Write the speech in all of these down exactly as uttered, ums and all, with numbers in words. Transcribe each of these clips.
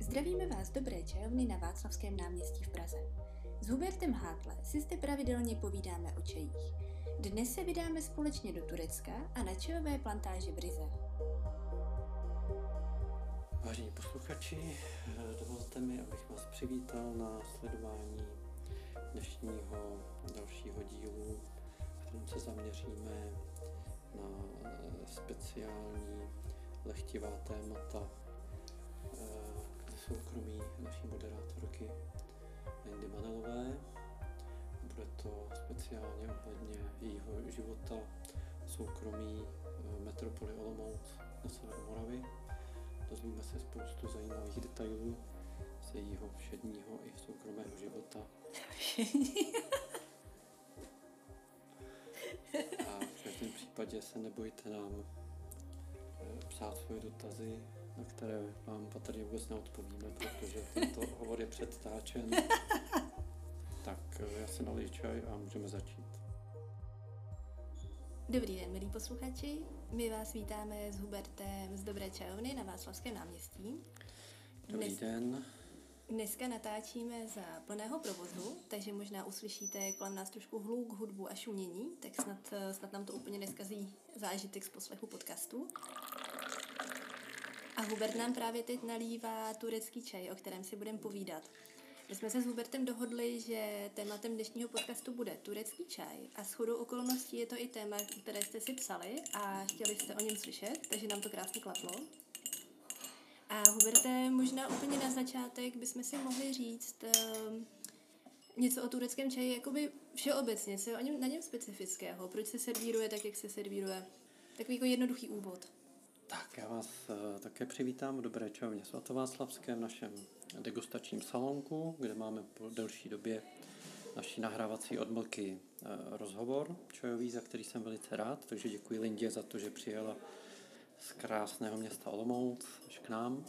Zdravíme vás z Dobré čajovny na Václavském náměstí v Praze. S Hubertem Hátle si zde pravidelně povídáme o čajích. Dnes se vydáme společně do Turecka a na čajové plantáži v Rize. Vážení posluchači, dovolte mi, abych vás přivítal na sledování dnešního dalšího dílu, v kterém se zaměříme na speciální lehtivá témata ze soukromí naší moderátorky Lindy Manelové. Bude to speciálně ohledně jejího života, soukromí metropoly Olomouc na severu Moravy. Dozvíme se spoustu zajímavých detailů z jejího všedního i soukromého života. A v každém případě se nebojte nám psát svoje dotazy, na které vám patrně vůbec neodpovíme, protože tento hovor je předtáčen. Tak já si naliju čaj a můžeme začít. Dobrý den, milí posluchači. My vás vítáme s Hubertem z Dobré čajovny na Václavském náměstí. Dobrý Dnes, den. Dneska natáčíme za plného provozu, takže možná uslyšíte kolem nás trošku hluk, hudbu a šumění, tak snad, snad nám to úplně neskazí zážitek z poslechu podcastu. A Hubert nám právě teď nalívá turecký čaj, o kterém si budeme povídat. My jsme se s Hubertem dohodli, že tématem dnešního podcastu bude turecký čaj a shodou okolností je to i téma, které jste si psali a chtěli jste o něm slyšet, takže nám to krásně klaplo. A Huberte, možná úplně na začátek bychom si mohli říct uh, něco o tureckém čaji, jakoby všeobecně, co je o něm, na něm specifického, proč se servíruje tak, jak se servíruje. Takový jako jednoduchý úvod. Tak já vás uh, také přivítám v Dobré čajovně svatováclavském, našem degustačním salonku, kde máme po delší době naší nahrávací odmlky uh, rozhovor čajový, za který jsem velice rád, takže děkuji Lindě za to, že přijela z krásného města Olomouc až k nám.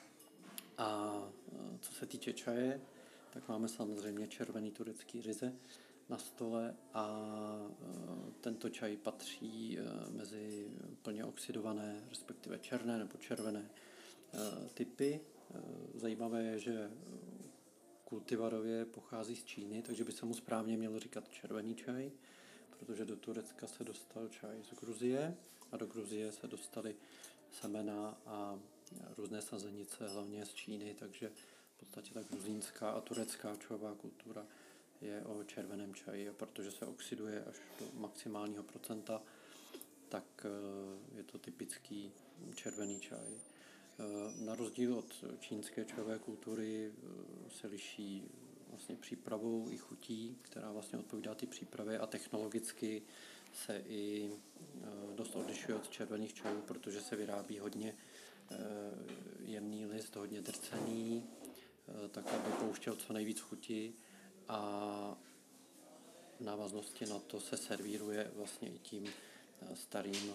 A uh, co se týče čaje, tak máme samozřejmě červený turecký Rize na stole a tento čaj patří mezi plně oxidované, respektive černé nebo červené typy. Zajímavé je, že kultivarově pochází z Číny, takže by se mu správně mělo říkat červený čaj, protože do Turecka se dostal čaj z Gruzie a do Gruzie se dostaly semena a různé sazenice, hlavně z Číny, takže v podstatě ta gruzínská a turecká čajová kultura je o červeném čaji, a protože se oxiduje až do maximálního procenta, tak je to typický červený čaj. Na rozdíl od čínské čajové kultury se liší vlastně přípravou i chutí, která vlastně odpovídá ty přípravě, a technologicky se i dost odlišuje od červených čajů, protože se vyrábí hodně jemný list, hodně drcený, tak aby pouštěl co nejvíc chuti. A v návaznosti na to se servíruje vlastně i tím starým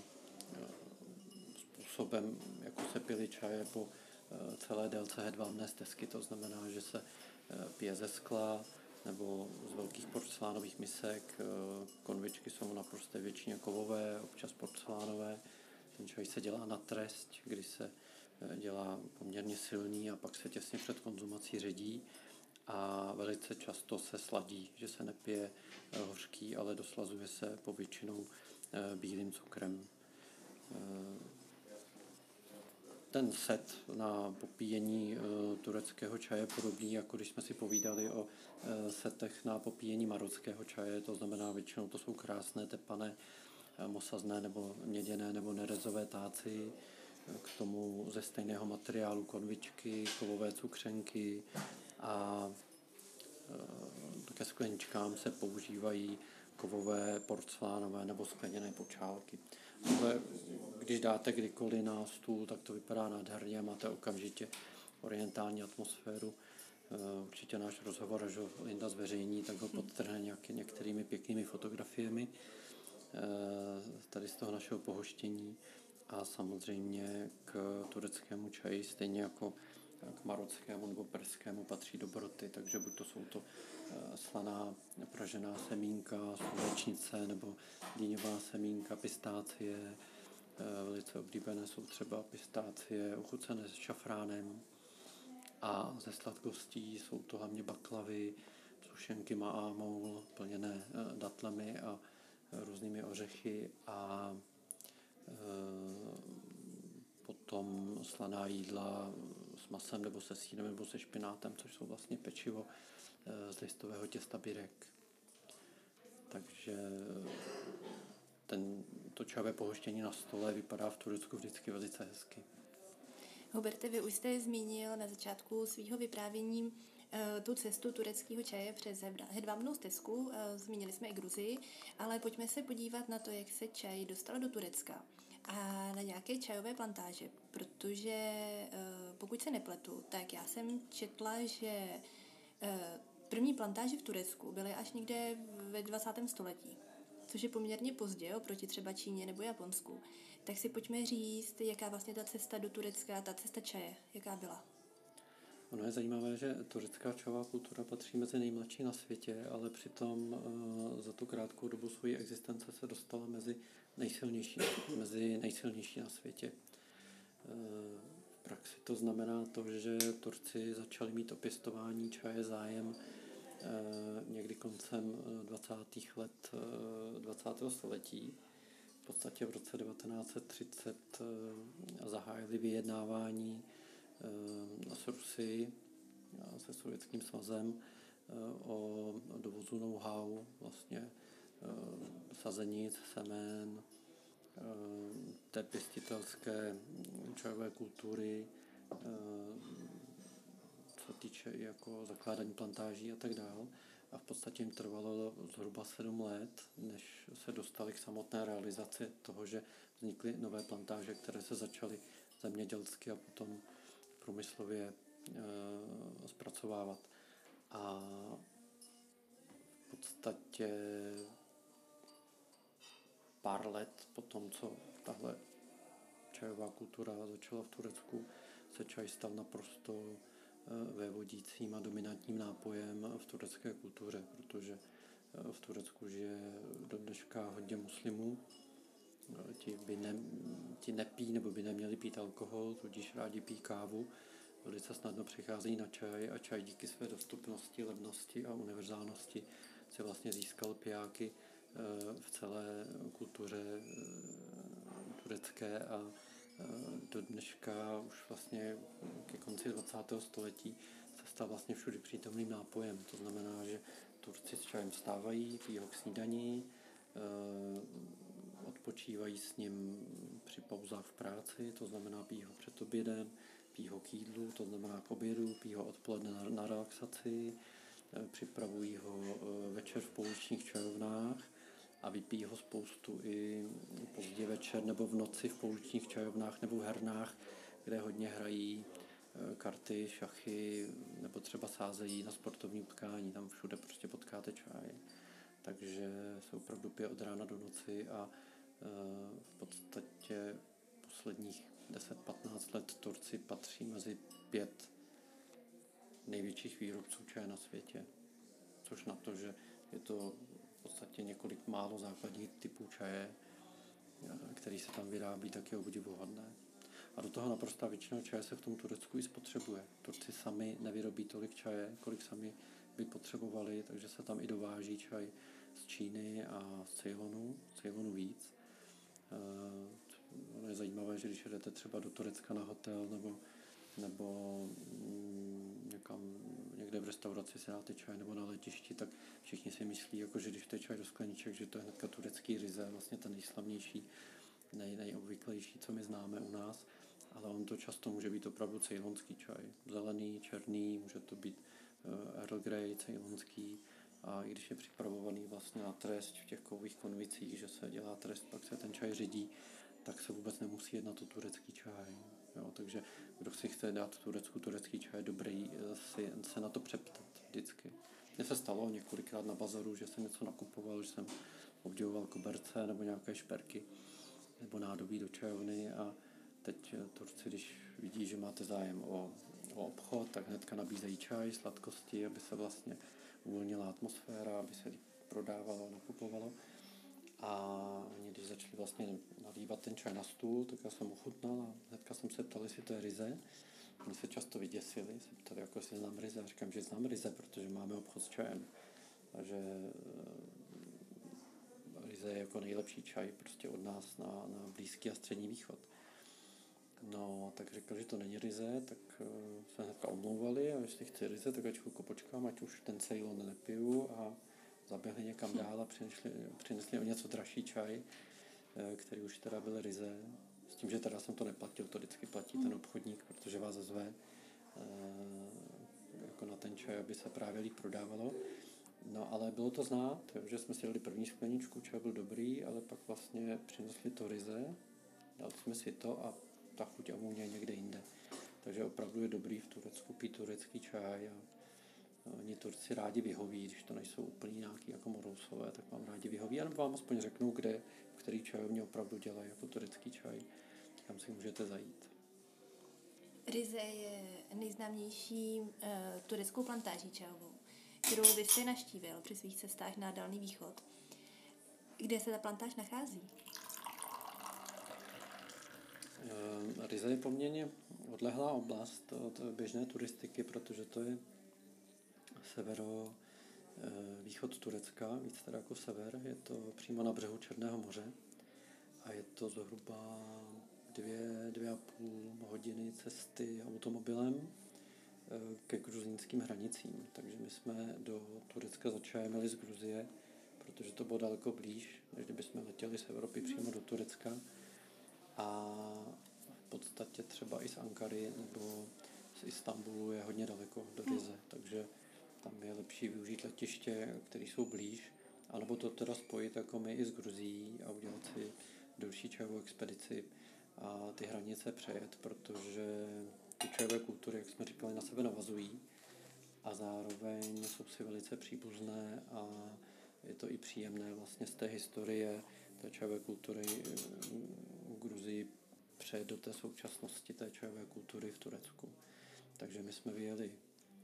způsobem, jako se pili čaje po celé délce hedvábné stezky. To znamená, že se pije ze skla nebo z velkých porcelánových misek. Konvičky jsou naprosto většině kovové, občas porcelánové. Ten čaj se dělá na trest, kdy se dělá poměrně silný a pak se těsně před konzumací ředí. A velice často se sladí, že se nepije hořký, ale doslazuje se povětšinou bílým cukrem. Ten set na popíjení tureckého čaje je podobný, jako když jsme si povídali o setech na popíjení marockého čaje, to znamená většinou to jsou krásné tepané mosazné nebo měděné nebo nerezové táci, k tomu ze stejného materiálu konvičky, kovové cukřenky a ke skleničkám se používají kovové, porcelánové nebo skleněné počálky. Ale když dáte kdykoliv na stůl, tak to vypadá nádherně a máte okamžitě orientální atmosféru. Určitě náš rozhovor, až ho Linda zveřejní, tak ho podtrhne nějaký, některými pěknými fotografiemi tady z toho našeho pohoštění. A samozřejmě k tureckému čaji, stejně jako k marockému nebo perskému, patří dobroty, takže buď to jsou to slaná pražená semínka, slunečnice nebo dýňová semínka, pistácie. Velice oblíbené jsou třeba pistácie ochucené s šafránem A ze sladkostí jsou to hlavně baklavy, sušenky ma'amol, plněné datlemi a různými ořechy a e, potom slaná jídla s masem nebo se sýrem nebo se špinátem, což jsou vlastně pečivo e, z listového těsta birek. Takže ten, to čavé pohoštění na stole vypadá v Turecku vždycky velice hezky. Huberte, vy už jste zmínil na začátku svého vyprávění uh, tu cestu tureckého čaje přes hedvábnou stezku, uh, zmínili jsme i Gruzii, ale pojďme se podívat na to, jak se čaj dostal do Turecka a na nějaké čajové plantáže, protože uh, pokud se nepletu, tak já jsem četla, že uh, první plantáže v Turecku byly až někde ve dvacátém století, což je poměrně pozdě oproti třeba Číně nebo Japonsku. Tak si pojďme říct, jaká vlastně ta cesta do Turecka, ta cesta čaje, jaká byla. Ono je zajímavé, že turecká čajová kultura patří mezi nejmladší na světě, ale přitom uh, za tu krátkou dobu své existence se dostala mezi nejsilnější, mezi nejsilnější na světě. Uh, v praxi to znamená to, že Turci začali mít o pěstování čaje zájem uh, někdy koncem dvacátých let uh, dvacátého století. V podstatě v roce devatenáct set třicet zahájili vyjednávání s Rusy, se Sovětským svazem o dovozu know-how, vlastně sazenic, semen, té pěstitelské čajové kultury, co týče i jako zakládání plantáží a tak dále. A v podstatě jim trvalo zhruba sedm let, než se dostali k samotné realizaci toho, že vznikly nové plantáže, které se začaly zemědělsky a potom průmyslově e, zpracovávat. A v podstatě pár let po tom, co tahle čajová kultura začala v Turecku, se čaj stal naprosto vévodícím a dominantním nápojem v turecké kultuře, protože v Turecku žije do dneška hodně muslimů. Ti, by ne, ti nepí nebo by neměli pít alkohol, tudíž rádi pí kávu. Velice snadno přicházejí na čaj a čaj díky své dostupnosti, levnosti a univerzálnosti si vlastně získal pijáky v celé kultuře turecké a do dneška už vlastně ke konci dvacátého století se stal vlastně všude přítomným nápojem. To znamená, že Turci s čajem vstávají, pijí ho k snídani, odpočívají s ním při pauzách v práci, to znamená pijí ho před obědem, pijí ho k jídlu, to znamená k obědu, pijí ho odpoledne na, na relaxaci, připravují ho večer v pouličních čajovnách a vypijí ho spoustu i pozdě večer nebo v noci v pouličních čajovnách nebo v hernách, kde hodně hrají karty, šachy nebo třeba sázejí na sportovní utkání. Tam všude prostě potkáte čaj. Takže se opravdu pije od rána do noci a v podstatě posledních deset patnáct let Turci patří mezi pět největších výrobců čaje na světě. Což na to, že je to v podstatě několik málo základních typů čaje, který se tam vyrábí, tak je obdivuhodné. A do toho naprostá většina čaje se v tom Turecku i spotřebuje. Turci sami nevyrobí tolik čaje, kolik sami by potřebovali, takže se tam i dováží čaj z Číny a z Ceylonu, Ceylonu víc. E, je zajímavé, že když jdete třeba do Turecka na hotel nebo, nebo mm, někam, někde v restauraci si dáte čaj nebo na letišti, tak všichni si myslí, jako, že když to je čaj do skleniček, že to je hnedka turecký ryze, vlastně ten nejslavnější, nej, nejobvyklejší, co my známe u nás, ale on to často může být opravdu ceylonský čaj. Zelený, černý, může to být uh, Earl Grey, ceylonský, a i když je připravovaný vlastně na trest v těch kovových konvicích, že se dělá trest, pak se ten čaj ředí, tak se vůbec nemusí jednat o turecký čaj. Jo, takže kdo si chce dát v Turecku turecký čaj, je dobrý si, se na to přeptat vždycky. Mně se stalo několikrát na bazaru, že jsem něco nakupoval, že jsem obdivoval koberce nebo nějaké šperky nebo nádobí do čajovny a teď Turci, když vidí, že máte zájem o, o obchod, tak hnedka nabízejí čaj, sladkosti, aby se vlastně uvolnila atmosféra, aby se prodávalo, nakupovalo. A oni, když začali vlastně nalívat ten čaj na stůl, tak já jsem ochutnal a hnedka jsem se ptal, jestli to je ryze. Oni se často vyděsili, se ptali, jako si znám ryze. A říkám, že znám ryze, protože máme obchod s čajem. A že ryze je jako nejlepší čaj prostě od nás na, na Blízký a Střední východ. No, tak řekl, že to není ryze, tak uh, se hnedka omlouvali a jestli chci ryze, tak ať chvilku počkám, ať už ten Ceylon nepiju a zaběhli někam dál a přinesli, přinesli o něco dražší čaj, který už teda byl ryze. S tím, že teda jsem to neplatil, to vždycky platí ten obchodník, protože vás zve jako na ten čaj, aby se právě líp prodávalo. No, ale bylo to znát, že jsme si dali první skleničku, čaj byl dobrý, ale pak vlastně přinesli to ryze, dali jsme si to a ta chuť a vůně někde jinde. Takže opravdu je dobrý v Turecku pít turecký čaj a oni Turci rádi vyhoví, když to nejsou úplně nějaký jako Morousové, tak vám rádi vyhoví, a nebo vám aspoň řeknou, kde, v který čajovně opravdu dělají jako turecký čaj, kam si můžete zajít. Rize je nejznámější uh, tureckou plantáží čajovou, kterou vy jste navštívil při svých cestách na Dálný východ. Kde se ta plantáž nachází? Uh, Rize je poměrně odlehlá oblast od běžné turistiky, protože to je severo východ Turecka, víc teda jako sever, je to přímo na břehu Černého moře a je to zhruba dvě, dvě a půl hodiny cesty automobilem ke gruzínským hranicím. Takže my jsme do Turecka začali jeli z Gruzie, protože to bylo daleko blíž, než kdybychom letěli z Evropy přímo do Turecka. A v podstatě třeba i z Ankary nebo z Istanbulu je hodně daleko do Rize, takže tam je lepší využít letiště, které jsou blíž, anebo to teda spojit jako my i s Gruzií a udělat si delší čajovou expedici a ty hranice přejet, protože ty čajové kultury, jak jsme říkali, na sebe navazují a zároveň jsou si velice příbuzné a je to i příjemné vlastně z té historie té čajové kultury v Gruzii přejet do té současnosti té čajové kultury v Turecku. Takže my jsme vyjeli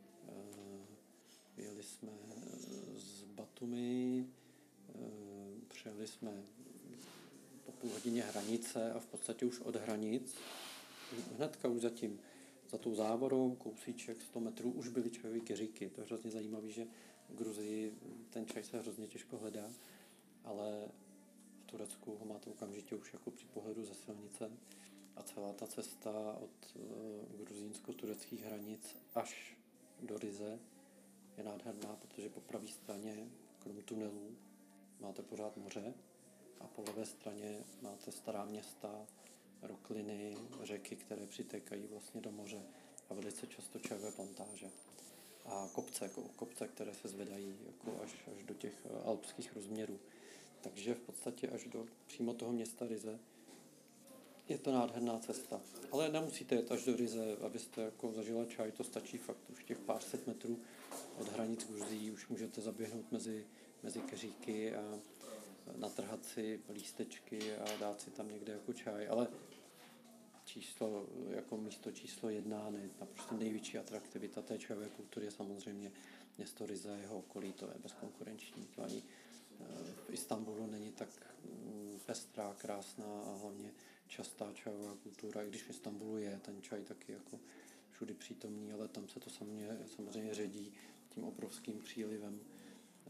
Vyjeli jsme z Batumi, přejeli jsme po půl hodině hranice a v podstatě už od hranic, hnedka už zatím, za tou závorou, kousíček, sto metrů, už byly čajové keříky. To je hrozně zajímavé, že v Gruzii ten čaj se hrozně těžko hledá, ale v Turecku ho máte okamžitě už jako při pohledu ze silnice a celá ta cesta od gruzínsko-tureckých hranic až do Rize je nádherná, protože po pravé straně, krom tunelů, máte pořád moře a po levé straně máte stará města, rokliny, řeky, které přitékají vlastně do moře a velice často čajové plantáže. A kopce, kopce, které se zvedají jako až, až do těch alpských rozměrů. Takže v podstatě až do přímo toho města Rize je to nádherná cesta. Ale nemusíte jet až do Rize, abyste jako zažila čaj, to stačí fakt už těch pár set metrů od hranic Gruzii, už můžete zaběhnout mezi, mezi keříky a natrhat si lístečky a dát si tam někde jako čaj. Ale číslo, jako místo číslo jedna, ne, naprosto největší atraktivita té čajové kultury je samozřejmě město Rize a jeho okolí, to je bezkonkurenční. To ani v Istanbulu není tak pestrá, krásná a hlavně častá čajová kultura, i když v Istanbulu je ten čaj taky jako všudy přítomný, ale tam se to samozřejmě, samozřejmě ředí tím obrovským přílivem e,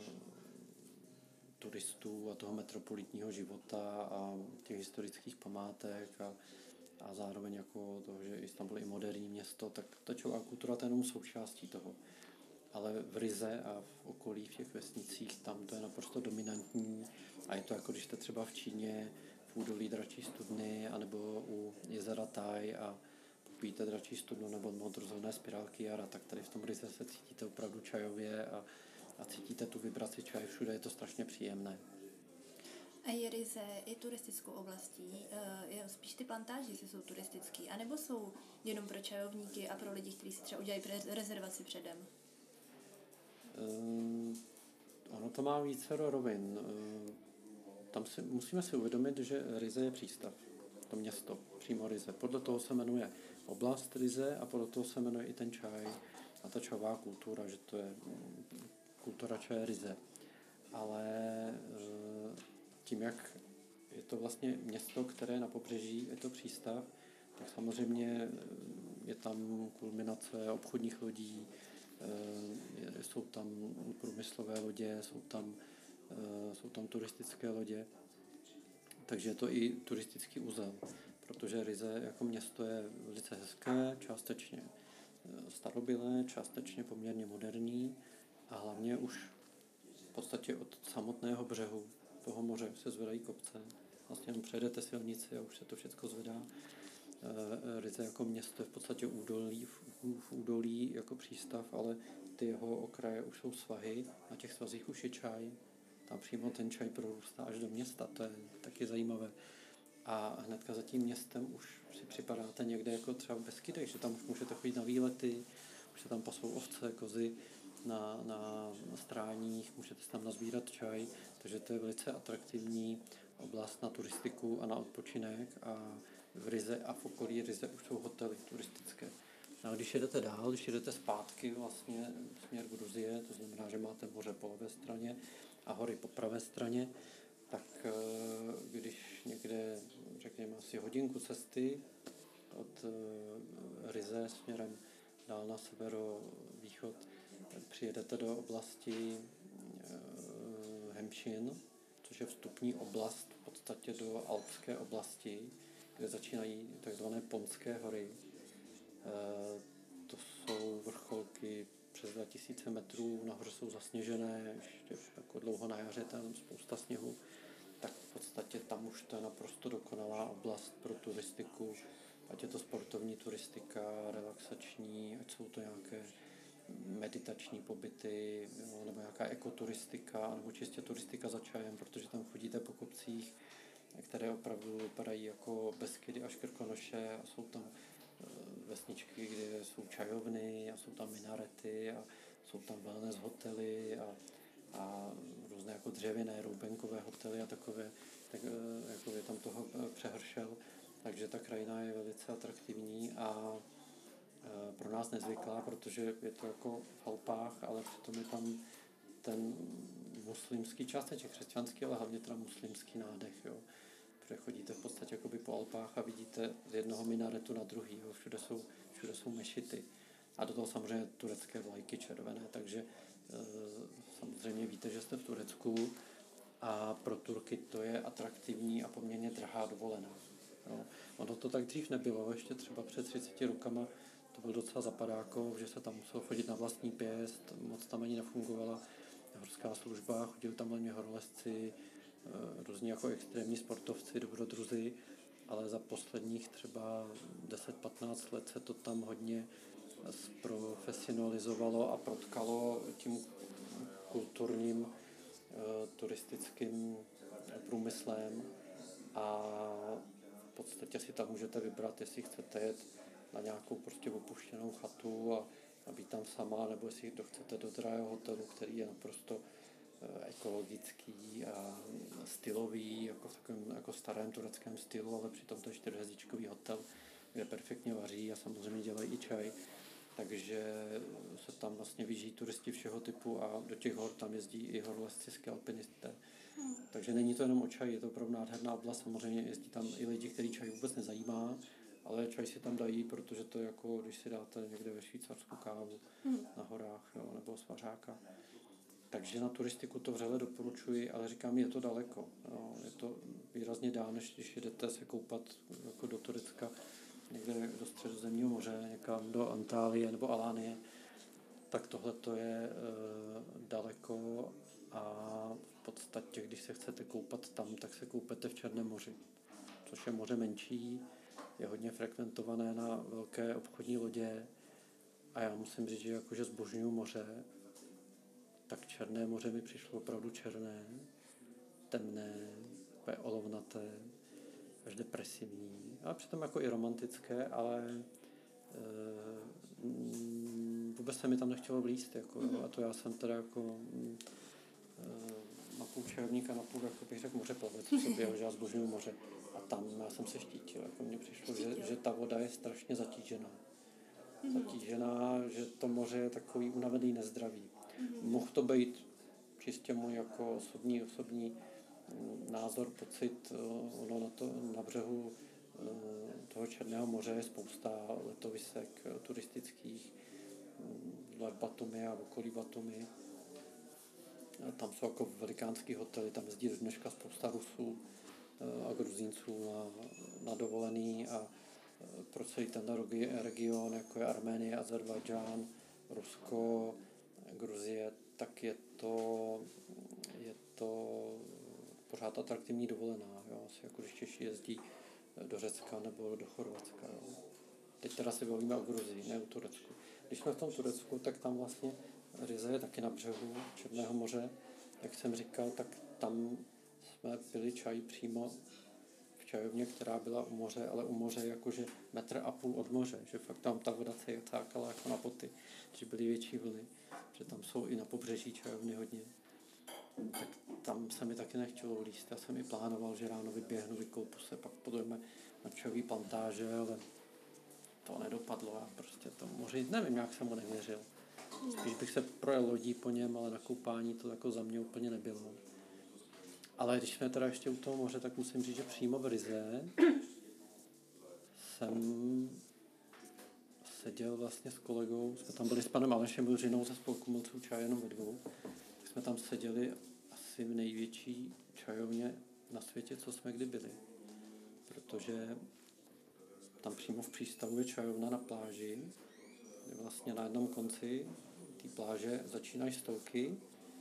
turistů a toho metropolitního života a těch historických památek a, a zároveň jako to, že Istanbul je moderní město, tak ta čajová kultura to je jenom součástí toho. Ale v Rize a v okolí, v těch vesnicích, tam to je naprosto dominantní a je to jako když jste třeba v Číně v údolí dračí studny anebo u jezera Taj a popíte dračí studnu nebo modrozelené spirálky jara, tak tady v tom Rize se cítíte opravdu čajově a, a cítíte tu vibraci čaje všude, je to strašně příjemné. A je Rize i turistickou oblastí? Je spíš ty plantáže, jestli jsou turistický, anebo jsou jenom pro čajovníky a pro lidi, kteří si třeba udělají rezervaci předem? Um, ono to má vícero rovin. Um, tam si, musíme si uvědomit, že Rize je přístav, to město, přímo Rize. Podle toho se jmenuje oblast Rize a podle toho se jmenuje i ten čaj a ta čajová kultura, že to je kultura čaje Rize. Ale uh, tím, jak je to vlastně město, které je na pobřeží, je to přístav, tak samozřejmě je tam kulminace obchodních lodí, jsou tam průmyslové lodě, jsou tam, jsou tam turistické lodě, takže je to i turistický úzel, protože Rize jako město je velice hezké, částečně starobylé, částečně poměrně moderní a hlavně už v podstatě od samotného břehu toho moře se zvedají kopce. Vlastně jenom přejedete silnici a už se to všechno zvedá. Rize jako město je v podstatě údolí, v, v údolí jako přístav, ale ty jeho okraje už jsou svahy, na těch svazích už je čaj. Tam přímo ten čaj prorůstá až do města, to je taky zajímavé. A hnedka za tím městem už si připadáte někde jako třeba v Beskydech, že tam už můžete chodit na výlety, už se tam pasou ovce, kozy na, na stráních, můžete tam nazbírat čaj, takže to je velice atraktivní oblast na turistiku a na odpočinek a v Rize a v okolí Rize už jsou hotely turistické. No a když jedete dál, když jedete zpátky vlastně směr Gruzie, to znamená, že máte moře po levé straně a hory po pravé straně, tak když někde, řekněme asi hodinku cesty od Rize směrem dál na severovýchod, přijedete do oblasti Hemšin, což je vstupní oblast v podstatě do alpské oblasti, kde začínají takzvané Ponské hory. To jsou vrcholky přes dva tisíce metrů, nahoře jsou zasněžené, ještě jako dlouho na jaře, tam spousta sněhu, tak v podstatě tam už to je naprosto dokonalá oblast pro turistiku, ať je to sportovní turistika, relaxační, ať jsou to nějaké meditační pobyty, nebo nějaká ekoturistika, nebo čistě turistika za čajem, protože tam chodíte po kopcích, které opravdu vypadají jako Beskydy až Krkonoše a jsou tam vesničky, kde jsou čajovny a jsou tam minarety a jsou tam wellness hotely a, a různé jako dřevěné roubenkové hotely a takové, tak jako je tam toho přehršel, takže ta krajina je velice atraktivní a pro nás nezvyklá, protože je to jako v Alpách, ale přitom je tam ten muslimský, částečně křesťanský, ale hlavně teda muslimský nádech, jo. Protože chodíte v podstatě jakoby po Alpách a vidíte z jednoho minaretu na druhý, jo. Všude jsou, všude jsou mešity. A do toho samozřejmě turecké vlajky červené, takže e, samozřejmě víte, že jste v Turecku a pro Turky to je atraktivní a poměrně drahá dovolená. Jo. Ono to tak dřív nebylo, ještě třeba před třiceti rokama to byl docela zapadákov, že se tam muselo chodit na vlastní pěst, moc tam ani nefungovala horská služba, chodili tam hlavně horolezci, různí jako extrémní sportovci, dobrodruzi, ale za posledních třeba deset patnáct let se to tam hodně zprofesionalizovalo a protkalo tím kulturním turistickým průmyslem a v podstatě si tam můžete vybrat, jestli chcete jet na nějakou prostě opuštěnou chatu a, a být tam sama, nebo jestli kdo chcete do drahého hotelu, který je naprosto ekologický a stylový, jako v takovém jako starém tureckém stylu, ale přitom to je čtyřhvězdičkový hotel, kde perfektně vaří a samozřejmě dělají i čaj. Takže se tam vlastně vyžijí turisti všeho typu a do těch hor tam jezdí i horolezci, alpinisté. Hmm. Takže není to jenom o čaji, je to opravdu nádherná oblast. Samozřejmě jezdí tam i lidi, kteří čaj vůbec nezajímá, ale čaj si tam dají, protože to je jako, když si dáte někde ve Švýcarsku kávu hmm. na horách, jo, nebo svařáka. Takže na turistiku to vřele doporučuji, ale říkám, je to daleko. Jo. Je to výrazně dál, než když jedete se koupat jako do Turecka, někde do Středozemního moře, někam do Antálie nebo Alánie. Tak tohle to je e, daleko a v podstatě, když se chcete koupat tam, tak se koupete v Černém moři, což je moře menší, je hodně frekventované na velké obchodní lodě a já musím říct, že jakože zbožňuju moře, tak Černé moře mi přišlo opravdu černé, temné, olovnaté, až depresivní, ale přitom jako i romantické, ale e, vůbec se mi tam nechtělo vlízt, jako, mm-hmm. a to já jsem teda jako e, na půl čajovník a na půl, jako bych řekl, mořeplavec v sobě, že já zbožňuju moře. A tam já jsem se štítil, jako mně přišlo, že, že ta voda je strašně zatížená. Mm-hmm. Zatížená, že to moře je takový unavený, nezdravý. Mm-hmm. Mohl to být čistě můj jako osobní, osobní názor, pocit, ono na, to, na břehu toho Černého moře je spousta letovisek turistických, v Batumi a v okolí Batumi. Tam jsou jako velikánský hotely, tam jezdí do dneška spousta Rusů a Gruzínců na, na dovolený a pro celý ten region, jako je Arménie, Azerbajdžán, Rusko, Gruzie, tak je to, je to pořád atraktivní dovolená. Jo? Asi jako když Češi jezdí do Řecka nebo do Chorvatska. Jo? Teď teda si bavíme o Gruzii, ne o Turecku. Když jsme v tom Turecku, tak tam vlastně Rize je taky na břehu Černého moře. Jak jsem říkal, tak tam jsme pili čaj přímo v čajovně, která byla u moře, ale u moře jakože metr a půl od moře, že fakt tam ta voda se cákala jako na boty, že byly větší vlny, že tam jsou i na pobřeží čajovny hodně. Tak tam se mi taky nechtělo ulíst. Já jsem i plánoval, že ráno vyběhnu, vykoupu se, pak půjdeme na čajový plantáže, ale to nedopadlo. Já prostě to moři, nevím, jak jsem mu nevěřil. Spíš bych se projel lodí po něm, ale na koupání to jako za mě úplně nebylo. Ale když jsme teda ještě u toho moře, tak musím říct, že přímo v Rize jsem seděl vlastně s kolegou, jsme tam byli s panem Alešem Buřinou ze spolku Milců čaje jenom ve dvou, tak jsme tam seděli asi v největší čajovně na světě, co jsme kdy byli. Protože tam přímo v přístavu je čajovna na pláži, kde vlastně na jednom konci té pláže začínají stolky.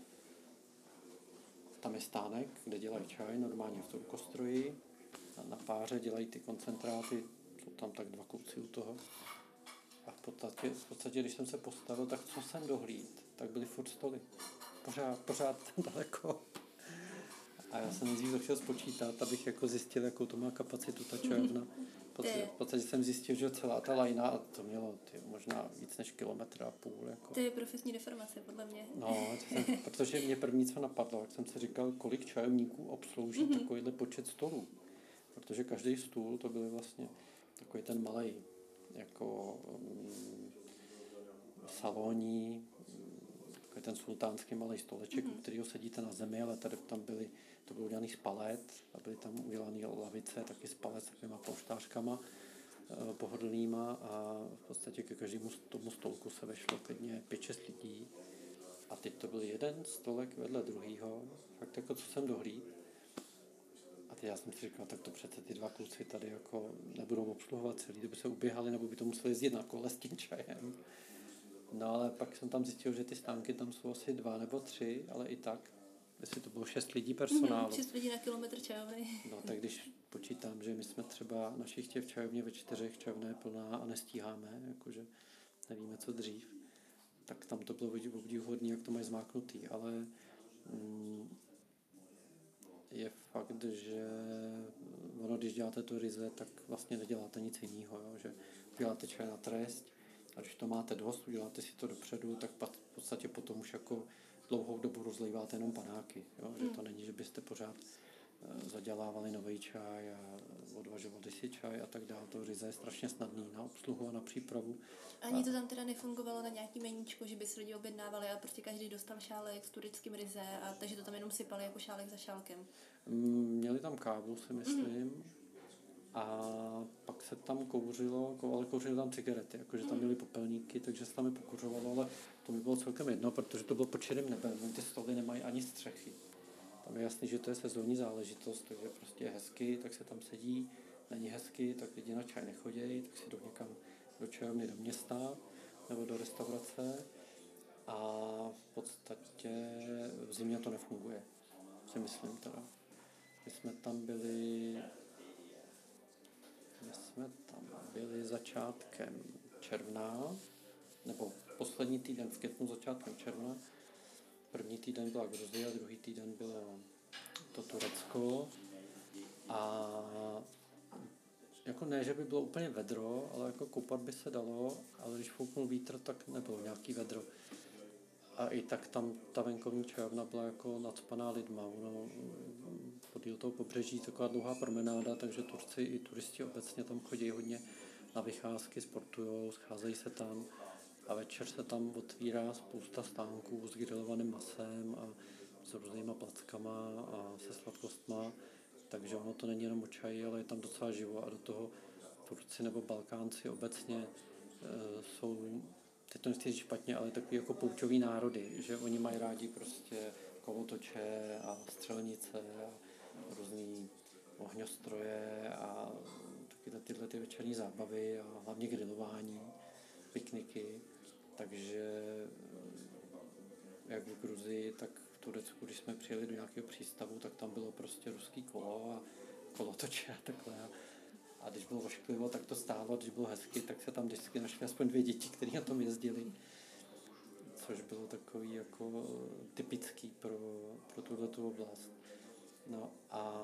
Tam je stánek, kde dělají čaj, normálně v tom kostroji. A na páře dělají ty koncentráty, jsou tam tak dva kluci u toho. A v podstatě, v podstatě, když jsem se postavil, tak co jsem dohlíd, tak byly furt stoly. Pořád, pořád daleko. A já jsem nejdřív začal spočítat, abych jako zjistil, jakou to má kapacitu ta čajovna. V podstatě, v podstatě jsem zjistil, že celá ta lajna, a to mělo ty, možná víc než kilometr a půl. Jako. To je profesní deformace, podle mě. No, jsem, protože mě první co napadlo, jak jsem si říkal, kolik čajovníků obslouží mm-hmm. takovýhle počet stolů. Protože každý stůl, to byl vlastně takový ten malej, jako um, saloní, takový ten sultánský malej stoleček, mm-hmm. u kterého sedíte na zemi, ale tady tam byly, to bylo udělaný z palet, a byly tam udělané lavice, taky z palet s takovýma polštářkama eh, pohodlnýma a v podstatě ke každému tomu stolku se vešlo klidně pět šest lidí. A teď to byl jeden stolek vedle druhýho, fakt jako co jsem dohlíd. A teď já jsem si říkal, tak to přece ty dva kluci tady jako nebudou obsluhovat celý, kdyby se uběhali, nebo by to museli jezdit na kole s tím čajem. No ale pak jsem tam zjistil, že ty stánky tam jsou asi dva nebo tři, ale i tak, jestli to bylo šest lidí personálu. Mm, šest lidí na kilometr čajovny. No tak když počítám, že my jsme třeba na šichtě v čajovně ve čtyřech, čajovna je plná a nestíháme, jakože nevíme co dřív, tak tam to bylo obdivuhodný, jak to mají zmáknutý, ale mm, je fakt, že ono, když děláte to Rize, tak vlastně neděláte nic jiného, jo? Že děláte čaj na trest a když to máte dost, uděláte si to dopředu, tak v podstatě potom už jako dlouhou dobu rozléváte jenom panáky, jo? Že to není, že byste pořád zadělávali nový čaj a odvažovali si čaj a tak dále. To Rize je strašně snadný na obsluhu a na přípravu. Ani to tam teda nefungovalo na nějaký meníčko, že by si lidi objednávali a prostě každý dostal šálek s tureckým Rize a takže to tam jenom sypali jako šálek za šálkem. Měli tam kávu, si myslím. Mm. A pak se tam kouřilo, ale kouřili tam cigarety, jakože tam měli popelníky, takže se tam je pokuřovalo, ale to mi bylo celkem jedno, protože to bylo pod širým nebem, ty stoly nemají ani střechy. Tam je jasný, že to je sezónní záležitost, takže prostě je hezky, tak se tam sedí, není hezky, tak lidi na čaj nechodějí, tak si jdou někam do čajovny do města nebo do restaurace a v podstatě v zimě to nefunguje, si myslím teda. My jsme tam byli, my jsme tam byli začátkem června, nebo poslední týden v květnu, začátkem června. První týden byla Gruzie, druhý týden bylo to Turecko a jako ne, že by bylo úplně vedro, ale jako koupat by se dalo, ale když fouknul vítr, tak nebylo nějaký vedro. A i tak tam ta venkovní čajovna byla jako nacpaná lidma. Ono, podíl toho pobřeží taková dlouhá promenáda, takže Turci i turisti obecně tam chodí hodně na vycházky, sportujou, scházejí se tam. A večer se tam otvírá spousta stánků s grilovaným masem a s různýma plackama a se sladkostma. takže ono to není jenom o čaji, ale je tam docela živo a do toho Turci nebo Balkánci obecně e, jsou, teď to nechci říct špatně, ale takový jako poučový národy, že oni mají rádi prostě kolotoče a střelnice a různý ohňostroje a taky tyhle ty večerní zábavy a hlavně grilování, pikniky, takže jak v Gruzii, tak v Turecku, když jsme přijeli do nějakého přístavu, tak tam bylo prostě ruský kolo a kolotoče a takhle. A když bylo ošklivo, tak to stálo, když bylo hezky, tak se tam vždycky našly aspoň dvě děti, které na tom jezdili. Což bylo takový jako typický pro, pro tuhletu oblast. No a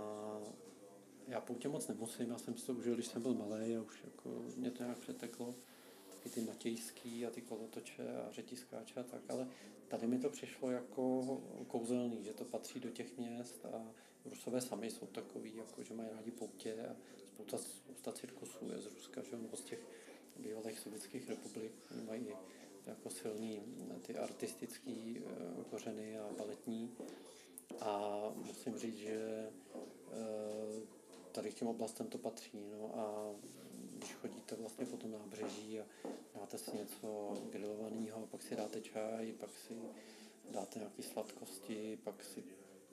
já poutě moc nemusím, já jsem si to užil, když jsem byl malý a už jako mě to nějak přeteklo. Taky ty matějský a ty kolotoče a řetiskáče a tak, ale tady mi to přišlo jako kouzelný, že to patří do těch měst a Rusové sami jsou takový, jako že mají rádi poutě a spousta, spousta cirkusů je z Ruska, že? Nebo z těch bývalých sovětských republik. Oni mají jako silný ty artistický uh, kořeny a baletní. A musím říct, že uh, tady k těm oblastem to patří. No a když chodíte vlastně po tom nábřeží a dáte si něco grilovaného, pak si dáte čaj, pak si dáte nějaké sladkosti, pak si,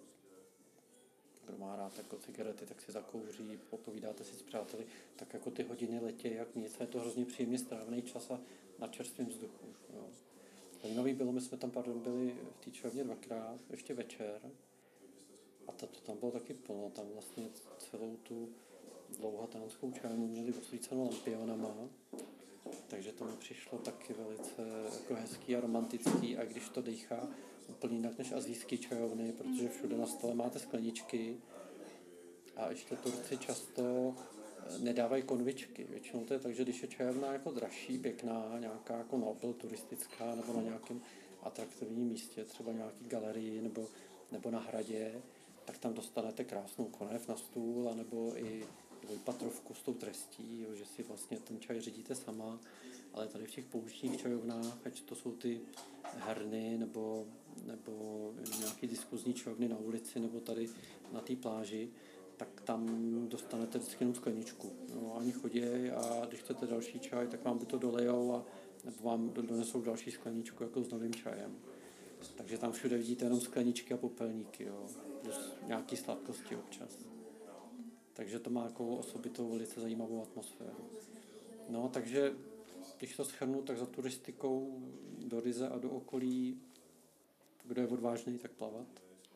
kdo má rád jako cigarety, tak si zakouří, popovídáte si s přáteli, tak jako ty hodiny letě, jak nic, je to hrozně příjemně strávený čas a na čerstvém vzduchu. Jo. Zajímavý bylo, my jsme tam pardon, byli v té čajovně dvakrát, ještě večer, a to, to tam bylo taky plno, tam vlastně celou tu dlouhatánskou čajovnu měli osvícenou lampionama, takže to mi přišlo taky velice jako hezký a romantický, a když to dýchá úplně jinak než asijský čajovny, protože všude na stole máte skleničky a ještě Turci často nedávají konvičky. Většinou to je tak, že když je čajovna jako dražší, pěkná, nějaká jako Nobel turistická nebo na nějakém atraktivním místě, třeba nějaký galerii nebo, nebo na hradě, tak tam dostanete krásnou konev na stůl, anebo i dvojpatrovku s tou trestí, jo, že si vlastně ten čaj řídíte sama, ale tady v těch pouštních čajovnách, ať to jsou ty herny nebo, nebo nějaký diskuzní čajovny na ulici nebo tady na té pláži, tak tam dostanete vždycky jenom skleničku. No, oni chodí a když chcete další čaj, tak vám by to dolejou a nebo vám donesou další skleničku jako s novým čajem. Takže tam všude vidíte jenom skleničky a popelníky, jo, plus nějaký sladkosti občas. Takže to má jako osobitou velice zajímavou atmosféru. No, takže když to shrnu, tak za turistikou do Rize a do okolí, kdo je odvážný, tak plavat.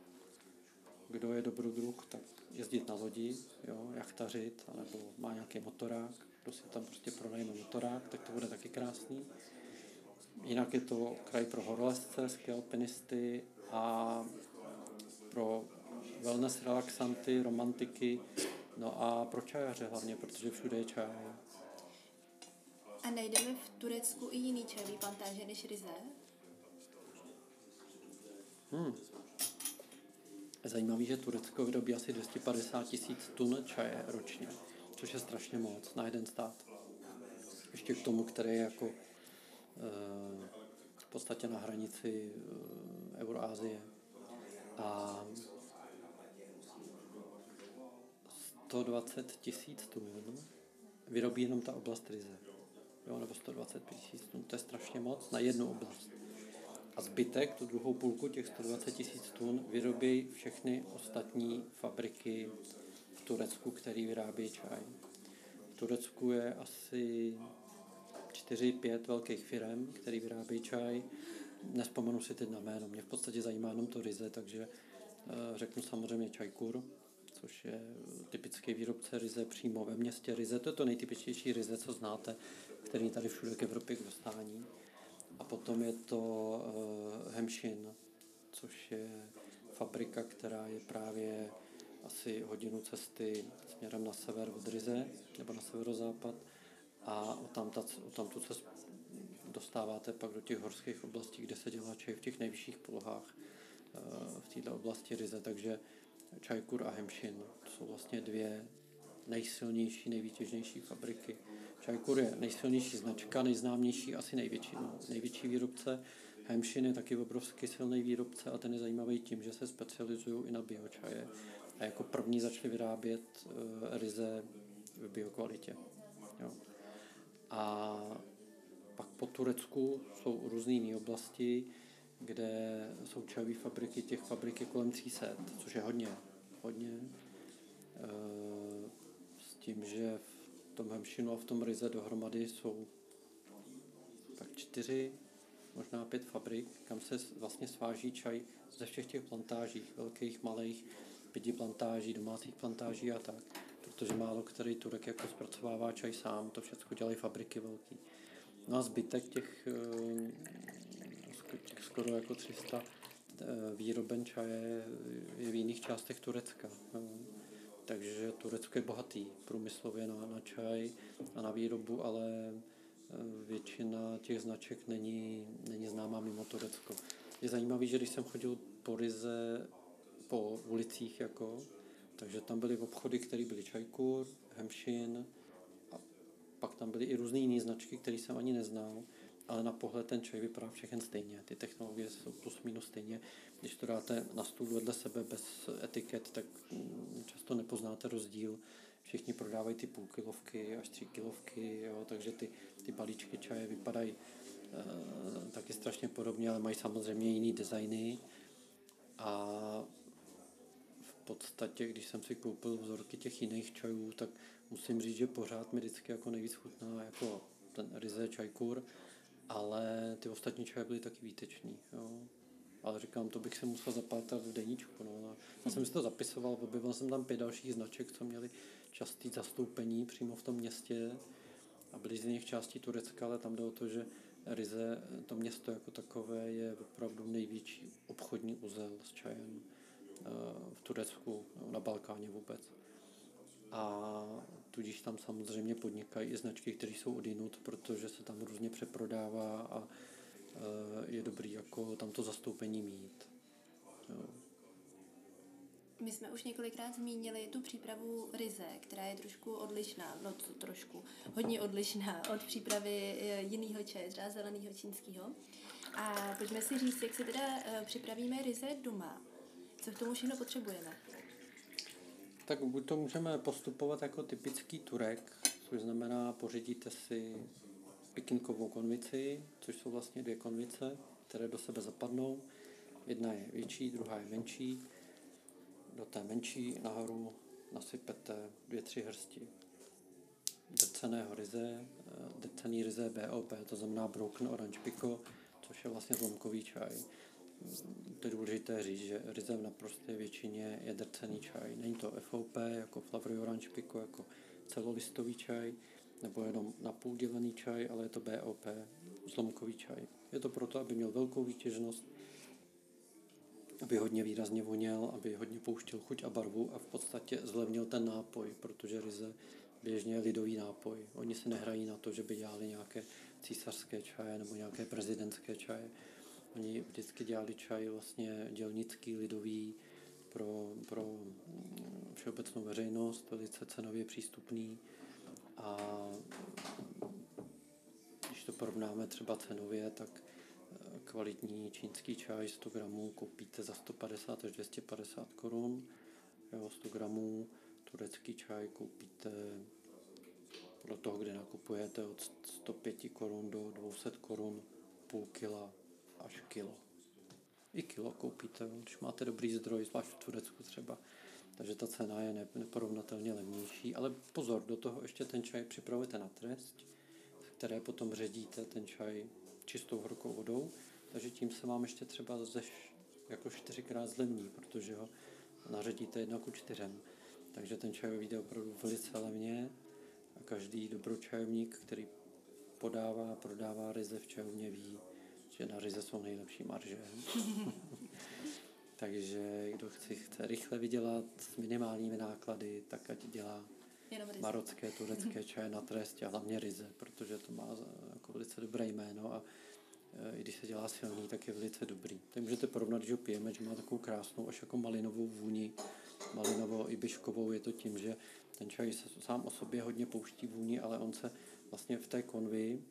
Kdo je dobrodruh, tak jezdit na lodi, jo, jachtařit, anebo má nějaký motorák, kdo si tam prostě pronajme motorák, tak to bude taky krásný. Jinak je to kraj pro horolezce, ski alpinisty a pro wellness relaxanty, romantiky, no a pro čajaře hlavně, protože všude je čaj. A najdeme v Turecku i jiný čajový plantáže než Rize? Hmm. Zajímavý, že Turecko vyrobí asi dvě stě padesát tisíc tun čaje ročně, což je strašně moc na jeden stát. Ještě k tomu, který je jako e, v podstatě na hranici e, Euroázie. A sto dvacet tisíc tun vyrobí jenom ta oblast Rize. Jo, nebo sto dvacet tisíc tun, to je strašně moc na jednu oblast. A zbytek, tu druhou půlku těch sto dvacet tisíc tun, vyrobí všechny ostatní fabriky v Turecku, které vyrábějí čaj. V Turecku je asi čtyři pět velkých firem, které vyrábějí čaj. Nespomenu si teď na jméno, mě v podstatě zajímá jenom to Rize, takže řeknu samozřejmě Čajkur, což je typický výrobce Rize přímo ve městě Rize. To je to nejtypičtější Rize, co znáte, který tady všude k Evropě k dostání. A potom je to uh, Hemšin, což je fabrika, která je právě asi hodinu cesty směrem na sever od Rize, nebo na severozápad. A odtamtud se dostáváte pak do těch horských oblastí, kde se dělá čaj v těch nejvyšších polohách uh, v této oblasti Rize. Takže Čajkur a Hemšin, to jsou vlastně dvě nejsilnější, nejvýtěžnější fabriky. Čajkur je nejsilnější značka, nejznámější, asi největší, no, největší výrobce. Hemšin je taky obrovský silný výrobce a ten je zajímavý tím, že se specializují i na biočaje. a jako první začali vyrábět uh, ryze v biokvalitě. Jo. A pak po Turecku jsou různé jiné oblasti, kde jsou čajové fabriky, těch fabrik je kolem tři sta, což je hodně, hodně. Uh, s tím, že v tom hemšinu a v tom ryze dohromady jsou tak čtyři, možná pět fabrik, kam se vlastně sváží čaj ze všech těch plantáží, velkých, malých, pěti plantáží, domácích plantáží a tak, protože málo který Turek jako zpracovává čaj sám, to všechno dělají fabriky velký. No a zbytek těch, těch skoro jako tři sta výroben čaje je v jiných částech Turecka. Takže Turecko je bohatý průmyslově na, na čaj a na výrobu, ale většina těch značek není, není známá mimo Turecko. Je zajímavý, že když jsem chodil po ryze, po ulicích, jako, takže tam byly obchody, které byly Čajkur, Hemšin, a pak tam byly i různé jiné značky, které jsem ani neznal, ale na pohled ten čaj vypadá všechny stejně. Ty technologie jsou plus minus stejně. Když to dáte na stůl vedle sebe bez etiket, tak často nepoznáte rozdíl. Všichni prodávají ty půlkilovky až tři kilovky, jo, takže ty, ty balíčky čaje vypadají e, taky strašně podobně, ale mají samozřejmě jiný designy. A v podstatě, když jsem si koupil vzorky těch jiných čajů, tak musím říct, že pořád mi vždycky jako nejvíc chutná jako ten ryze Čajkur, ale ty ostatní čaje byly taky výtečný. Jo. Ale říkám, to bych se musel zapátrat v deníčku. No. Já jsem si to zapisoval, objevil jsem tam pět dalších značek, co měly častý zastoupení přímo v tom městě a byly z jiných částí Turecka, ale tam jde o to, že ryze, to město jako takové, je opravdu největší obchodní uzel s čajem v Turecku, na Balkáně vůbec. A tudíž tam samozřejmě podnikají i značky, které jsou odjinud, protože se tam různě přeprodává a je dobrý jako tam to zastoupení mít. Jo. My jsme už několikrát zmínili tu přípravu ryze, která je trošku odlišná, no to trošku, hodně odlišná od přípravy jiného čaje, třeba zeleného čínského. A pojďme si říct, jak si teda připravíme ryze doma. Co k tomu všechno potřebujeme? Tak buď to můžeme postupovat jako typický Turek, což znamená, pořídíte si pikinkovou konvici, což jsou vlastně dvě konvice, které do sebe zapadnou. Jedna je větší, druhá je menší. Do té menší nahoru nasypete dvě, tři hrsti drceného ryze, drcený ryze B O P, to znamená Broken Orange Pekoe, což je vlastně zlomkový čaj. To je důležité říct, že ryze v naprosté většině je drcený čaj. Není to F O P, jako Flowery Orange Pekoe, jako celolistový čaj, nebo jenom napůl dělený čaj, ale je to B O P, zlomkový čaj. Je to proto, aby měl velkou výtěžnost, aby hodně výrazně voněl, aby hodně pouštěl chuť a barvu a v podstatě zlevnil ten nápoj, protože ryze běžně je lidový nápoj. Oni se nehrají na to, že by dělali nějaké císařské čaje nebo nějaké prezidentské čaje. Oni vždycky dělali čaj vlastně dělnický, lidový, pro, pro všeobecnou veřejnost, velice cenově přístupný. A když to porovnáme třeba cenově, tak kvalitní čínský čaj sto gramů koupíte za sto padesát až dvě stě padesát korun. Jo, sto gramů turecký čaj koupíte podle toho, kde nakupujete, od sto pět korun do dvě stě korun, půl kila až kilo. I kilo koupíte, když máte dobrý zdroj, zvlášť v Turecku třeba. Takže ta cena je neporovnatelně levnější. Ale pozor, do toho ještě ten čaj připravujete na trest, které potom ředíte ten čaj čistou horkou vodou. Takže tím se vám ještě třeba ze jako čtyřikrát zlevní, protože ho naředíte jedna ku čtyřem. Takže ten čaj vyjde opravdu velice levně a každý dobročajovník, který podává, prodává ryze v čajovně, ví, že na ryze jsou nejlepší marže. Takže kdo chce, chce rychle vydělat s minimálními náklady, tak ať dělá marocké, turecké čaje na trest a hlavně ryze, protože to má jako velice dobré jméno a i když se dělá silný, tak je velice dobrý. Tak můžete porovnat, když ho pijeme, že má takovou krásnou, až jako malinovou vůni, malinovou i biškovou. Je to tím, že ten čaj se sám o sobě hodně pouští vůni, ale on se vlastně v té konvi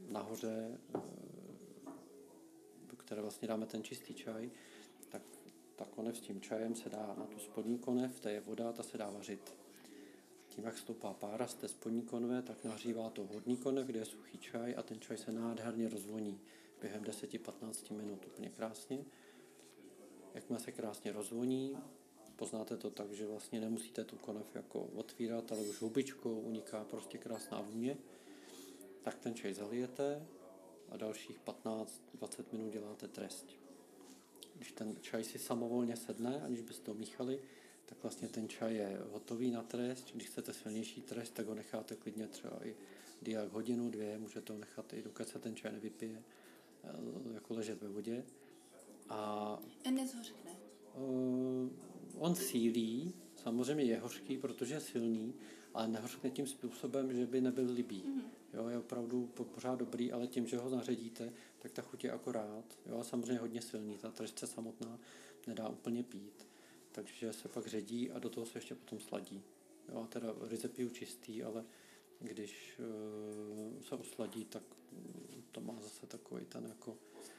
nahoře, do které vlastně dáme ten čistý čaj, tak ta konev s tím čajem se dá na tu spodní konev, to je voda, ta se dá vařit. Tím, jak stoupá pára z té spodní konve, tak nahřívá to horní konev, kde je suchý čaj a ten čaj se nádherně rozvoní během deset až patnáct minut, úplně krásně. Jakmile se krásně rozvoní, poznáte to tak, že vlastně nemusíte tu konev jako otvírat, ale už hubičkou uniká prostě krásná vůně, tak ten čaj zalijete a dalších patnáct až dvacet minut děláte trest. Když ten čaj si samovolně sedne, aniž byste ho míchali, tak vlastně ten čaj je hotový na trest. Když chcete silnější trest, tak ho necháte klidně třeba i diak hodinu, dvě, můžete ho nechat i dokud se ten čaj nevypije, jako ležet ve vodě. A, a nezhořkne. Uh, on sílí, samozřejmě je hořký, protože je silný, ale nehořkne tím způsobem, že by nebyl libý. Mm-hmm. Jo, je opravdu pořád dobrý, ale tím, že ho zaředíte, tak ta chuť je akorát. Jo, a samozřejmě hodně silný, ta trestce samotná nedá úplně pít. Takže se pak ředí a do toho se ještě potom sladí. Jo, a teda ryze piju čistý, ale když uh, se osladí, tak to má zase takový ten jako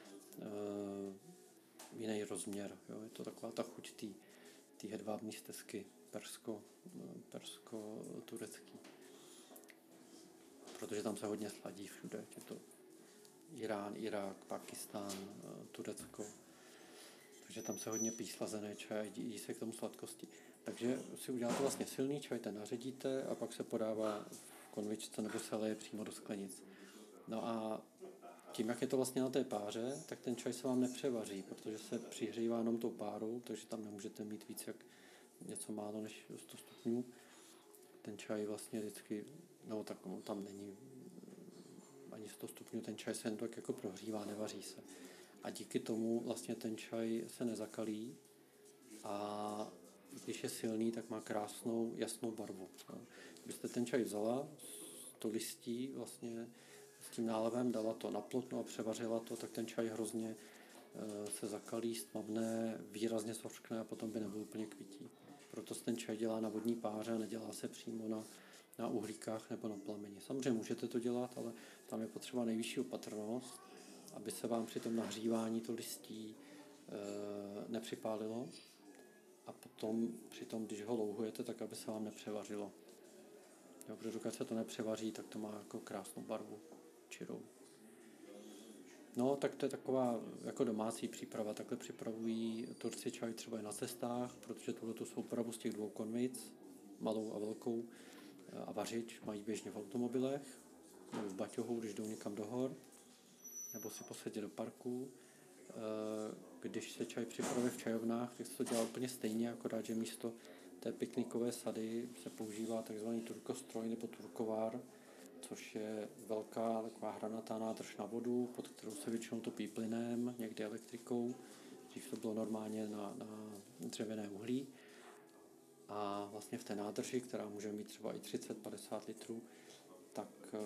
uh, jiný rozměr. Jo. Je to taková ta chuť té hedvábní stezky persko, persko-turecký. Protože tam se hodně sladí všude. Je to Irán, Irák, Pakistán, Turecko. Takže tam se hodně pí slazené čaj, jí se k tomu sladkosti. Takže si uděláte vlastně silný čaj, ten naředíte a pak se podává v konvičce nebo se leje přímo do sklenic. No a tím, jak je to vlastně na té páře, tak ten čaj se vám nepřevaří, protože se přihřívá jenom tou párou, takže tam nemůžete mít víc jak něco málo než sto stupňů. Ten čaj vlastně vždycky, no tak no, tam není ani sto stupňů, ten čaj se jen tak jako prohřívá, nevaří se. A díky tomu vlastně ten čaj se nezakalí a když je silný, tak má krásnou, jasnou barvu. Kdybyste ten čaj vzala, to listí vlastně s tím nálevem, dala to na plotno a převařila to, tak ten čaj hrozně e, se zakalí, stmavne, výrazně sořkne a potom by nebyl úplně kvití. Proto se ten čaj dělá na vodní páře a nedělá se přímo na, na uhlíkách nebo na plameni. Samozřejmě můžete to dělat, ale tam je potřeba nejvyšší opatrnost, aby se vám při tom nahřívání to listí e, nepřipálilo a potom při tom, když ho louhujete, tak aby se vám nepřevařilo. Jo, protože dokud se to nepřevaří, tak to má jako krásnou barvu čirou. No, tak to je taková jako domácí příprava. Takhle připravují Turci čaj třeba i na cestách, protože tuhletu soupravu z těch dvou konvic, malou a velkou, a vařič mají běžně v automobilech, nebo v baťohu, když jdou někam do hor, nebo si posadit do parku. Když se čaj připravuje v čajovnách, tak se to dělá úplně stejně, akorát, že místo té piknikové sady se používá takzvaný turkostroj nebo turkovár, což je velká taková hranatá nádrž na vodu, pod kterou se většinou topí plynem, někdy elektrikou. Dřív to bylo normálně na, na dřevěné uhlí. A vlastně v té nádrži, která může mít třeba i třicet až padesát litrů, tak e,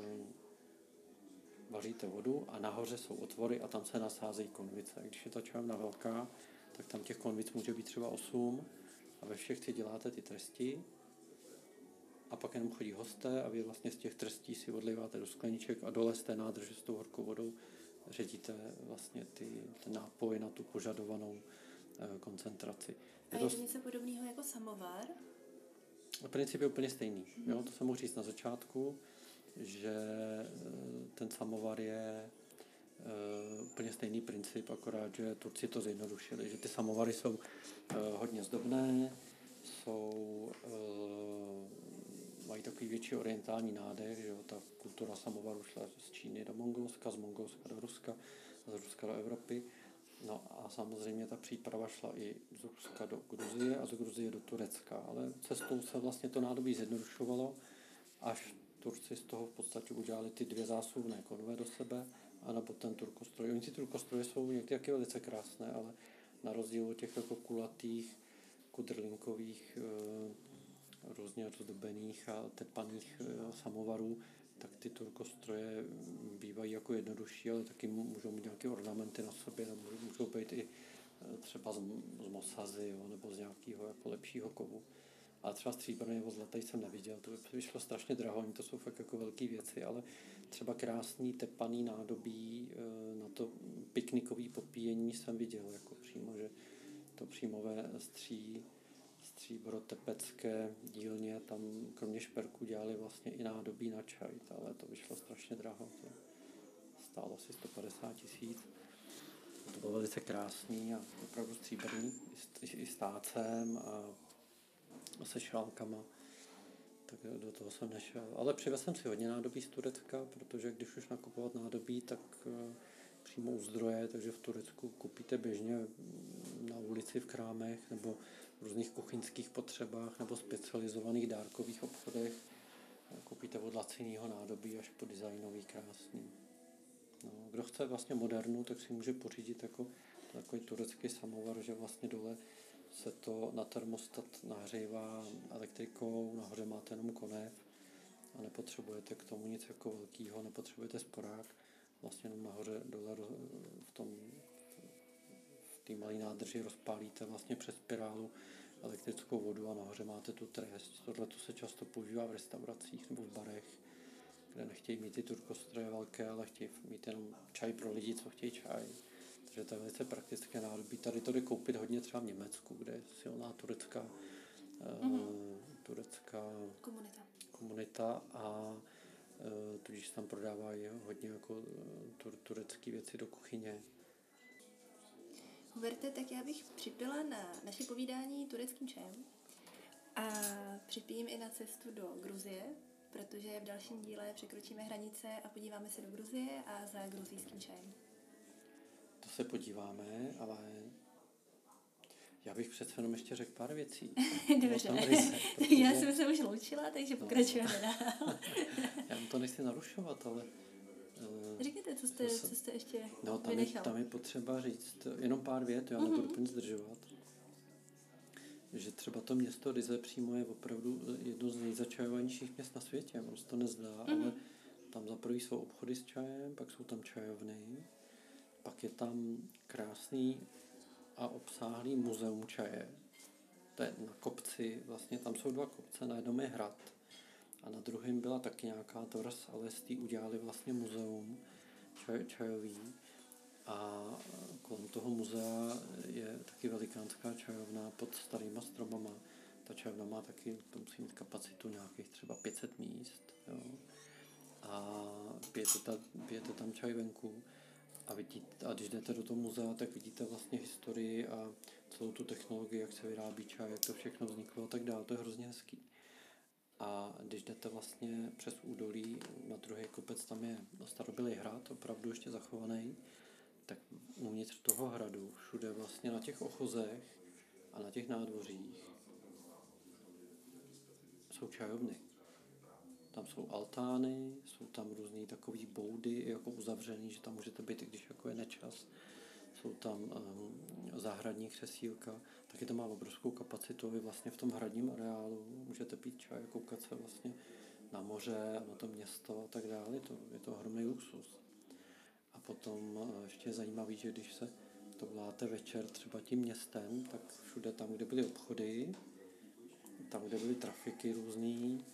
vaříte vodu a nahoře jsou otvory a tam se nasázejí konvice. Když je ta čajovna velká, tak tam těch konvic může být třeba osm a ve všech si děláte ty tresti a pak jenom chodí hosté a vy vlastně z těch trestí si odliváte do skleniček a dole z té nádrže s tou horkou vodou ředíte vlastně ty, ten nápoj na tu požadovanou e, koncentraci. Je to... A je to něco podobného jako samovar? Princip je úplně stejný. Mm-hmm. Jo? To jsem mohl říct na začátku, že ten samovar je uh, úplně stejný princip, akorát, že Turci to zjednodušili, že ty samovary jsou uh, hodně zdobné, jsou, uh, mají takový větší orientální nádech, že jo? Ta kultura samovaru šla z Číny do Mongolska, z Mongolska do Ruska, z Ruska do Evropy. No a samozřejmě ta příprava šla i z Ruska do Gruzie a z Gruzie do Turecka, ale cestou se vlastně to nádobí zjednodušovalo, až Turci z toho v podstatě udělali ty dvě zásuvné konve do sebe a nebo ten turkostroj. Oni ty turkostroje jsou někdy velice krásné, ale na rozdíl od těch jako kulatých, kudrlinkových, e, různě rozdobených a tepaných e, samovarů, tak ty turkostroje bývají jako jednodušší, ale taky můžou mít nějaké ornamenty na sobě, nebo můžou být i třeba z, z mosazy, jo, nebo z nějakého jako lepšího kovu. Ale třeba stříbrný nebo zlatý jsem neviděl, to by vyšlo strašně draho, oni to jsou fakt jako velké věci, ale třeba krásný tepaný nádobí na to piknikový popíjení jsem viděl jako přímo, že to příjmové stří, stříbro tepecké dílně, tam kromě šperků dělali vlastně i nádobí na čaj, ale to vyšlo strašně draho. To stálo asi sto padesát tisíc. To bylo velice krásný a opravdu stříbrný, i, i s tácem a se šálkama. Tak do toho jsem nešel. Ale přivezl jsem si hodně nádobí z Turecka, protože když už nakupovat nádobí, tak přímo u zdroje, takže v Turecku koupíte běžně na ulici v krámech nebo v různých kuchyňských potřebách nebo specializovaných dárkových obchodech. Koupíte od laciného nádobí až po designový krásný. No, kdo chce vlastně modernu, tak si může pořídit jako takový turecký samovar, že vlastně dole se to na termostat nahřívá elektrikou, nahoře máte jenom konev a nepotřebujete k tomu nic jako velkýho, nepotřebujete sporák, vlastně jenom nahoře dole v tom v té malé nádrži rozpálíte vlastně přes spirálu elektrickou vodu a nahoře máte tu trest. Tohle se často používá v restauracích nebo v barech, kde nechtějí mít ty turkostroje velké, ale chtějí mít jenom čaj pro lidi, co chtějí čaj. Takže to je velice praktické nádobí. Tady to jde koupit hodně třeba v Německu, kde je silná turecká, mm-hmm. uh, turecká komunita. komunita a uh, tudíž tam prodávají hodně jako uh, tur, turecké věci do kuchyně. Huberte, tak já bych připila na naše povídání tureckým čajem a připijím i na cestu do Gruzie, protože v dalším díle překročíme hranice a podíváme se do Gruzie a za gruzijským čajem. To se podíváme, ale já bych přece jenom ještě řekl pár věcí. Dobře, ryze, protože... já jsem se už loučila, takže pokračujeme no. dál. Já mu to nechci narušovat, ale... Uh, Řekněte, co jste, se, co jste ještě no, tam vynechal. Je, tam je potřeba říct jenom pár vět, já uh-huh. nebudu úplně zdržovat. Že třeba to město Rize přímo je opravdu jedno z nejzačajovanějších měst na světě. Ono se to nezdá, uh-huh. ale tam za prvý jsou obchody s čajem, pak jsou tam čajovny, pak je tam krásný a obsáhlý muzeum čaje. To je na kopci, vlastně tam jsou dva kopce, na jednom je hrad a na druhém byla taky nějaká tvrz, ale z té udělali vlastně muzeum čaj, čajový a kolem toho muzea je taky velikánská čajovna pod starýma stromama. Ta čajovna má taky, to musí mít kapacitu nějakých třeba pět set míst, jo. A pijete, ta, pijete tam čaj venku. A, vidíte, a když jdete do toho muzea, tak vidíte vlastně historii a celou tu technologii, jak se vyrábí čaj, jak to všechno vzniklo a tak dále. To je hrozně hezký. A když jdete vlastně přes údolí, na druhý kopec tam je starobylý hrad, opravdu ještě zachovaný, tak uvnitř toho hradu, všude vlastně na těch ochozech a na těch nádvořích jsou čajovny. Tam jsou altány, jsou tam různý takový boudy, jako uzavřený, že tam můžete být, i když jako je nečas. Jsou tam um, zahradní křesílka, taky to má obrovskou kapacitu. Vy vlastně v tom hradním areálu můžete pít čaj, koukat se vlastně na moře, na to město a tak dále. Je to, je to ohromný luxus. A potom uh, ještě je zajímavý, že když se to vláte večer třeba tím městem, tak všude tam, kde byly obchody, tam, kde byly trafiky různý,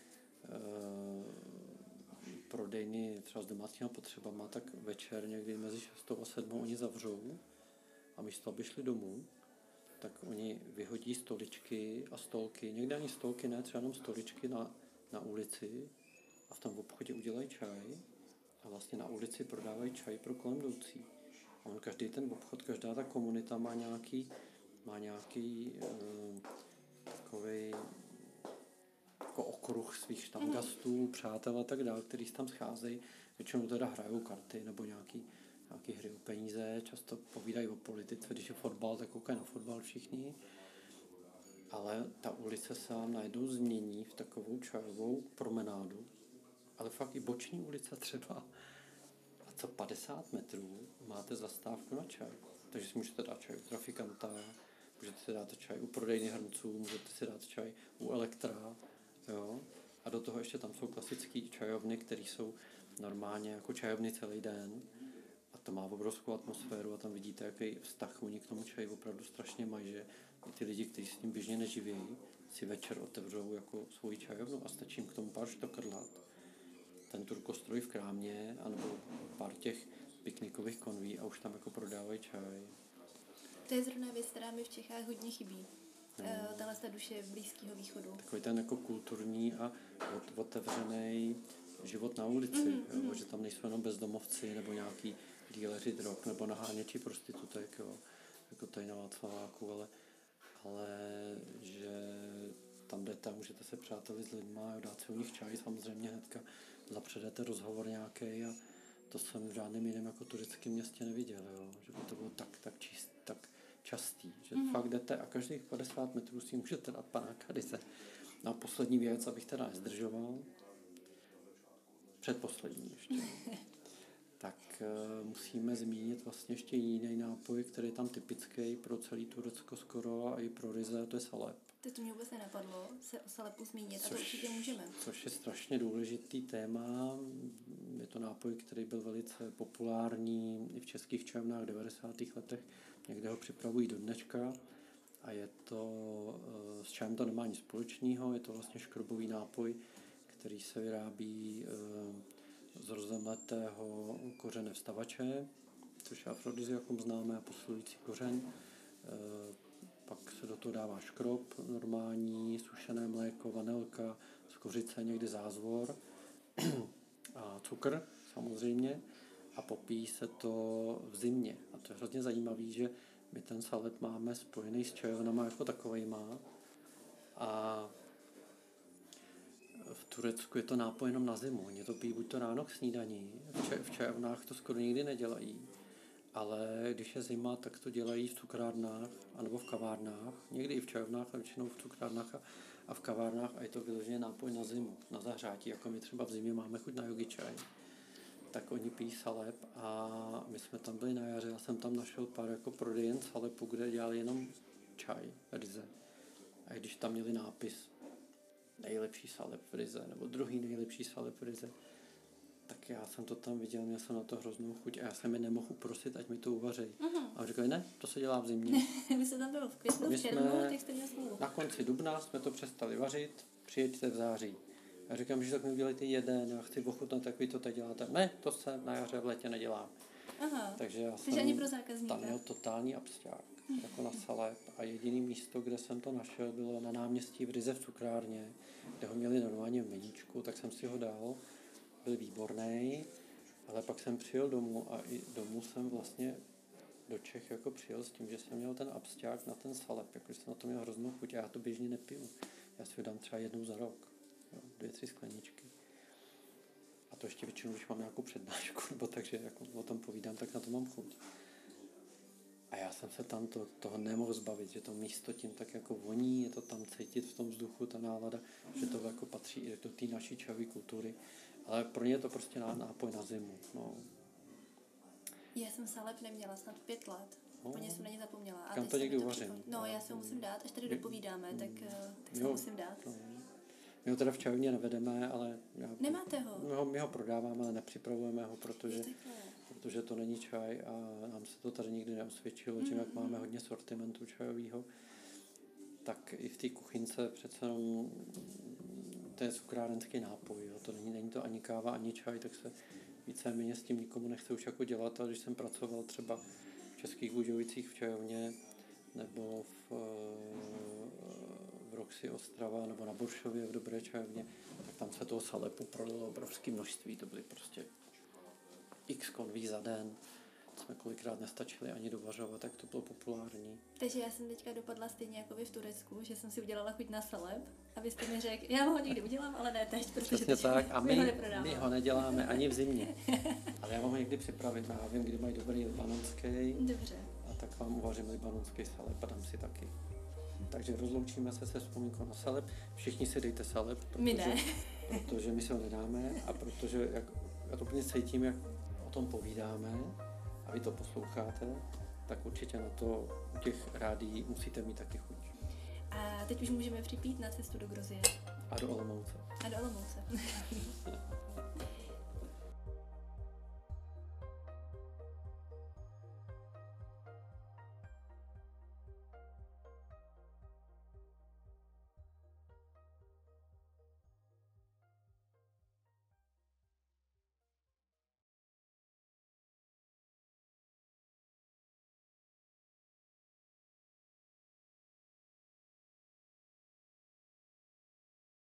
prodejny třeba s domácíma potřebama, tak večer někdy mezi šestou a sedmou oni zavřou a místo, aby šli domů, tak oni vyhodí stoličky a stolky, někde ani stolky ne, třeba jenom stoličky na, na ulici a v tom obchodě udělají čaj a vlastně na ulici prodávají čaj pro kolem jdoucí. A on každý ten obchod, každá ta komunita má nějaký, má nějaký uh, takovej jako okruh svých štamgastů, mm. přátel a tak dále, kteří se tam scházejí. Většinou teda hrajou karty nebo nějaký, nějaký hry o peníze, často povídají o politice, když je fotbal, tak koukají na fotbal všichni. Ale ta ulice se vám najednou změní v takovou čajovou promenádu, ale fakt i boční ulice třeba. A co padesát metrů máte zastávku na čaj. Takže si můžete dát čaj u trafikanta, můžete si dát čaj u prodejny hrnců, můžete si dát čaj u elektra. Jo? A do toho ještě tam jsou klasické čajovny, které jsou normálně jako čajovny celý den. A to má obrovskou atmosféru a tam vidíte, jaký vztah oni k tomu čaji opravdu strašně mají, že i ty lidi, kteří s tím běžně neživějí, si večer otevřou jako svoji čajovnu a stačí jim k tomu pár štokrdlat. Ten turkostroj v krámě, anebo pár těch piknikových konví a už tam jako prodávají čaj. To je zrovna věc, která mi v Čechách hodně chybí. No. Tahle ta duše Blízkého východu. Takový ten jako kulturní a otevřený život na ulici, mm, jo, mm. že tam nejsou jenom bezdomovci nebo nějaký díleři drog nebo naháněči prostitutek, jo, jako tady na Václaváku, ale, ale že tam jdete a můžete se přátelit s lidma, jo, dát si u nich čaj, samozřejmě hnedka zapředete rozhovor nějaký a to jsem v žádném jiném jako turistickém městě neviděl, jo, že by to bylo tak, tak čist, tak častý, že mm. fakt jdete a každých padesát metrů si můžete dát panáka ryze. No a poslední věc, abych teda nezdržoval, předposlední ještě, tak uh, musíme zmínit vlastně ještě jiný nápoj, který je tam typický pro celý Turecko skoro a i pro ryze, to je salep. To mě vůbec nenapadlo se o salepu zmínit, což, a to určitě můžeme. Což je strašně důležitý téma. Je to nápoj, který byl velice populární i v českých čajovnách v devadesátých letech. Někde ho připravují do dneška a je to, s čajem to nemá nic společného, je to vlastně škrobový nápoj, který se vyrábí z rozemletého kořene vstavače, což je afrodiziakum známé a posilující kořen. Pak se do toho dává škrob normální, sušené mléko, vanilka, z kořice někdy zázvor a cukr samozřejmě a popíjí se to v zimě. A to je hrozně zajímavé, že my ten salep máme spojený s čajovnama jako takovejma a v Turecku je to nápoj jenom na zimu. Oni to pijí buď to ráno k snídaní, v čajovnách to skoro nikdy nedělají. Ale když je zima, tak to dělají v cukrárnách anebo v kavárnách. Někdy i v čajovnách, ale většinou v cukrárnách a, a v kavárnách. A je to vyloženě nápoj na zimu, na zahřátí. Jako my třeba v zimě máme chuť na jogi čaj. Tak oni pijí salep a my jsme tam byli na jaře. Já jsem tam našel pár jako prodejen salepu, kde dělali jenom čaj, ryze. A když tam měli nápis nejlepší salep v ryze, nebo druhý nejlepší salep v ryze, tak já jsem to tam viděl, měl jsem na to hroznou chuť a já jsem je nemohl uprosit, ať mi to uvařejí. Uh-huh. A říkali, ne, to se dělá v zimě. My se tam bylo v květnu, v červnu, tak jste měl smůlu. Na konci dubna jsme to přestali vařit, přijeďte v září. Já říkám, že tak mi udělejte jeden, já chci ochutnat, jak vy to teď děláte. Ne, to se na jaře v létě nedělá. Aha. Takže já Takže ani pro zákazníka. Tam měl totální absťák, jako na salep. A jediný místo, kde jsem to našel, bylo na náměstí v Ryze v cukrárně, kde ho měli normálně v meníčku, tak jsem si ho dal. Byl výborný, ale pak jsem přijel domů a i domů jsem vlastně do Čech jako přijel s tím, že jsem měl ten absťák na ten salep, jakože jsem na to měl hroznou chuť a já to běžně nepiju. Já si ho dám třeba jednou za rok, jo, dvě, tři skleničky. A to ještě většinou, když mám nějakou přednášku, nebo takže jako o tom povídám, tak na to mám chuť. A já jsem se tam to, toho nemohl zbavit, že to místo tím tak jako voní, je to tam cítit v tom vzduchu, ta nálada, že to jako patří i do té naší čajové kultury. Ale pro ně je to prostě nápoj na zimu. No. Já jsem salep neměla snad pět let. No. Úplně jsem na ně zapomněla. Kam to někdy uvařím. No, já si ho musím dát, až tady dopovídáme, tak, tak si jo, ho musím dát. No. My ho teda v čajovně nevedeme, ale... Já, Nemáte ho? My ho? My ho prodáváme, ale nepřipravujeme ho, protože, protože to není čaj a nám se to tady nikdy neosvědčilo, tím, mm, jak máme hodně sortimentu čajového. Tak i v té kuchynce přece jenom to je cukrárenský nápoj, jo. To není, není to ani káva, ani čaj, tak se víceméně s tím nikomu nechce už jako dělat, ale když jsem pracoval třeba v Českých Budějovicích v čajovně nebo v, v Roxy Ostrava nebo na Boršově v dobré čajovně, tak tam se toho salepu prodalo obrovské množství, to byly prostě x konví za den. Jsme kolikrát nestačili ani dovařovat, tak to bylo populární. Takže já jsem teďka dopadla stejně jako vy v Turecku, že jsem si udělala chuť na salep a vy jste mi řekl, já ho někdy udělám, ale ne teď, protože přesně tak, a my, my, ho my ho neděláme ani v zimě. Ale já vám ho někdy připravit, já vím, kdy mají dobrý libanonský. Dobře. A tak vám uvařím libanonský salep a dám si taky. Takže rozloučíme se se vzpomínkou na salep. Všichni si dejte salep, protože my, ne. protože my si ho nedáme a protože jak, já to úplně cítím, jak o tom povídáme, a vy to posloucháte, tak určitě na to u těch rádií musíte mít taky chuť. A teď už můžeme připít na cestu do Gruzie. A do Olomouce. A do Olomouce.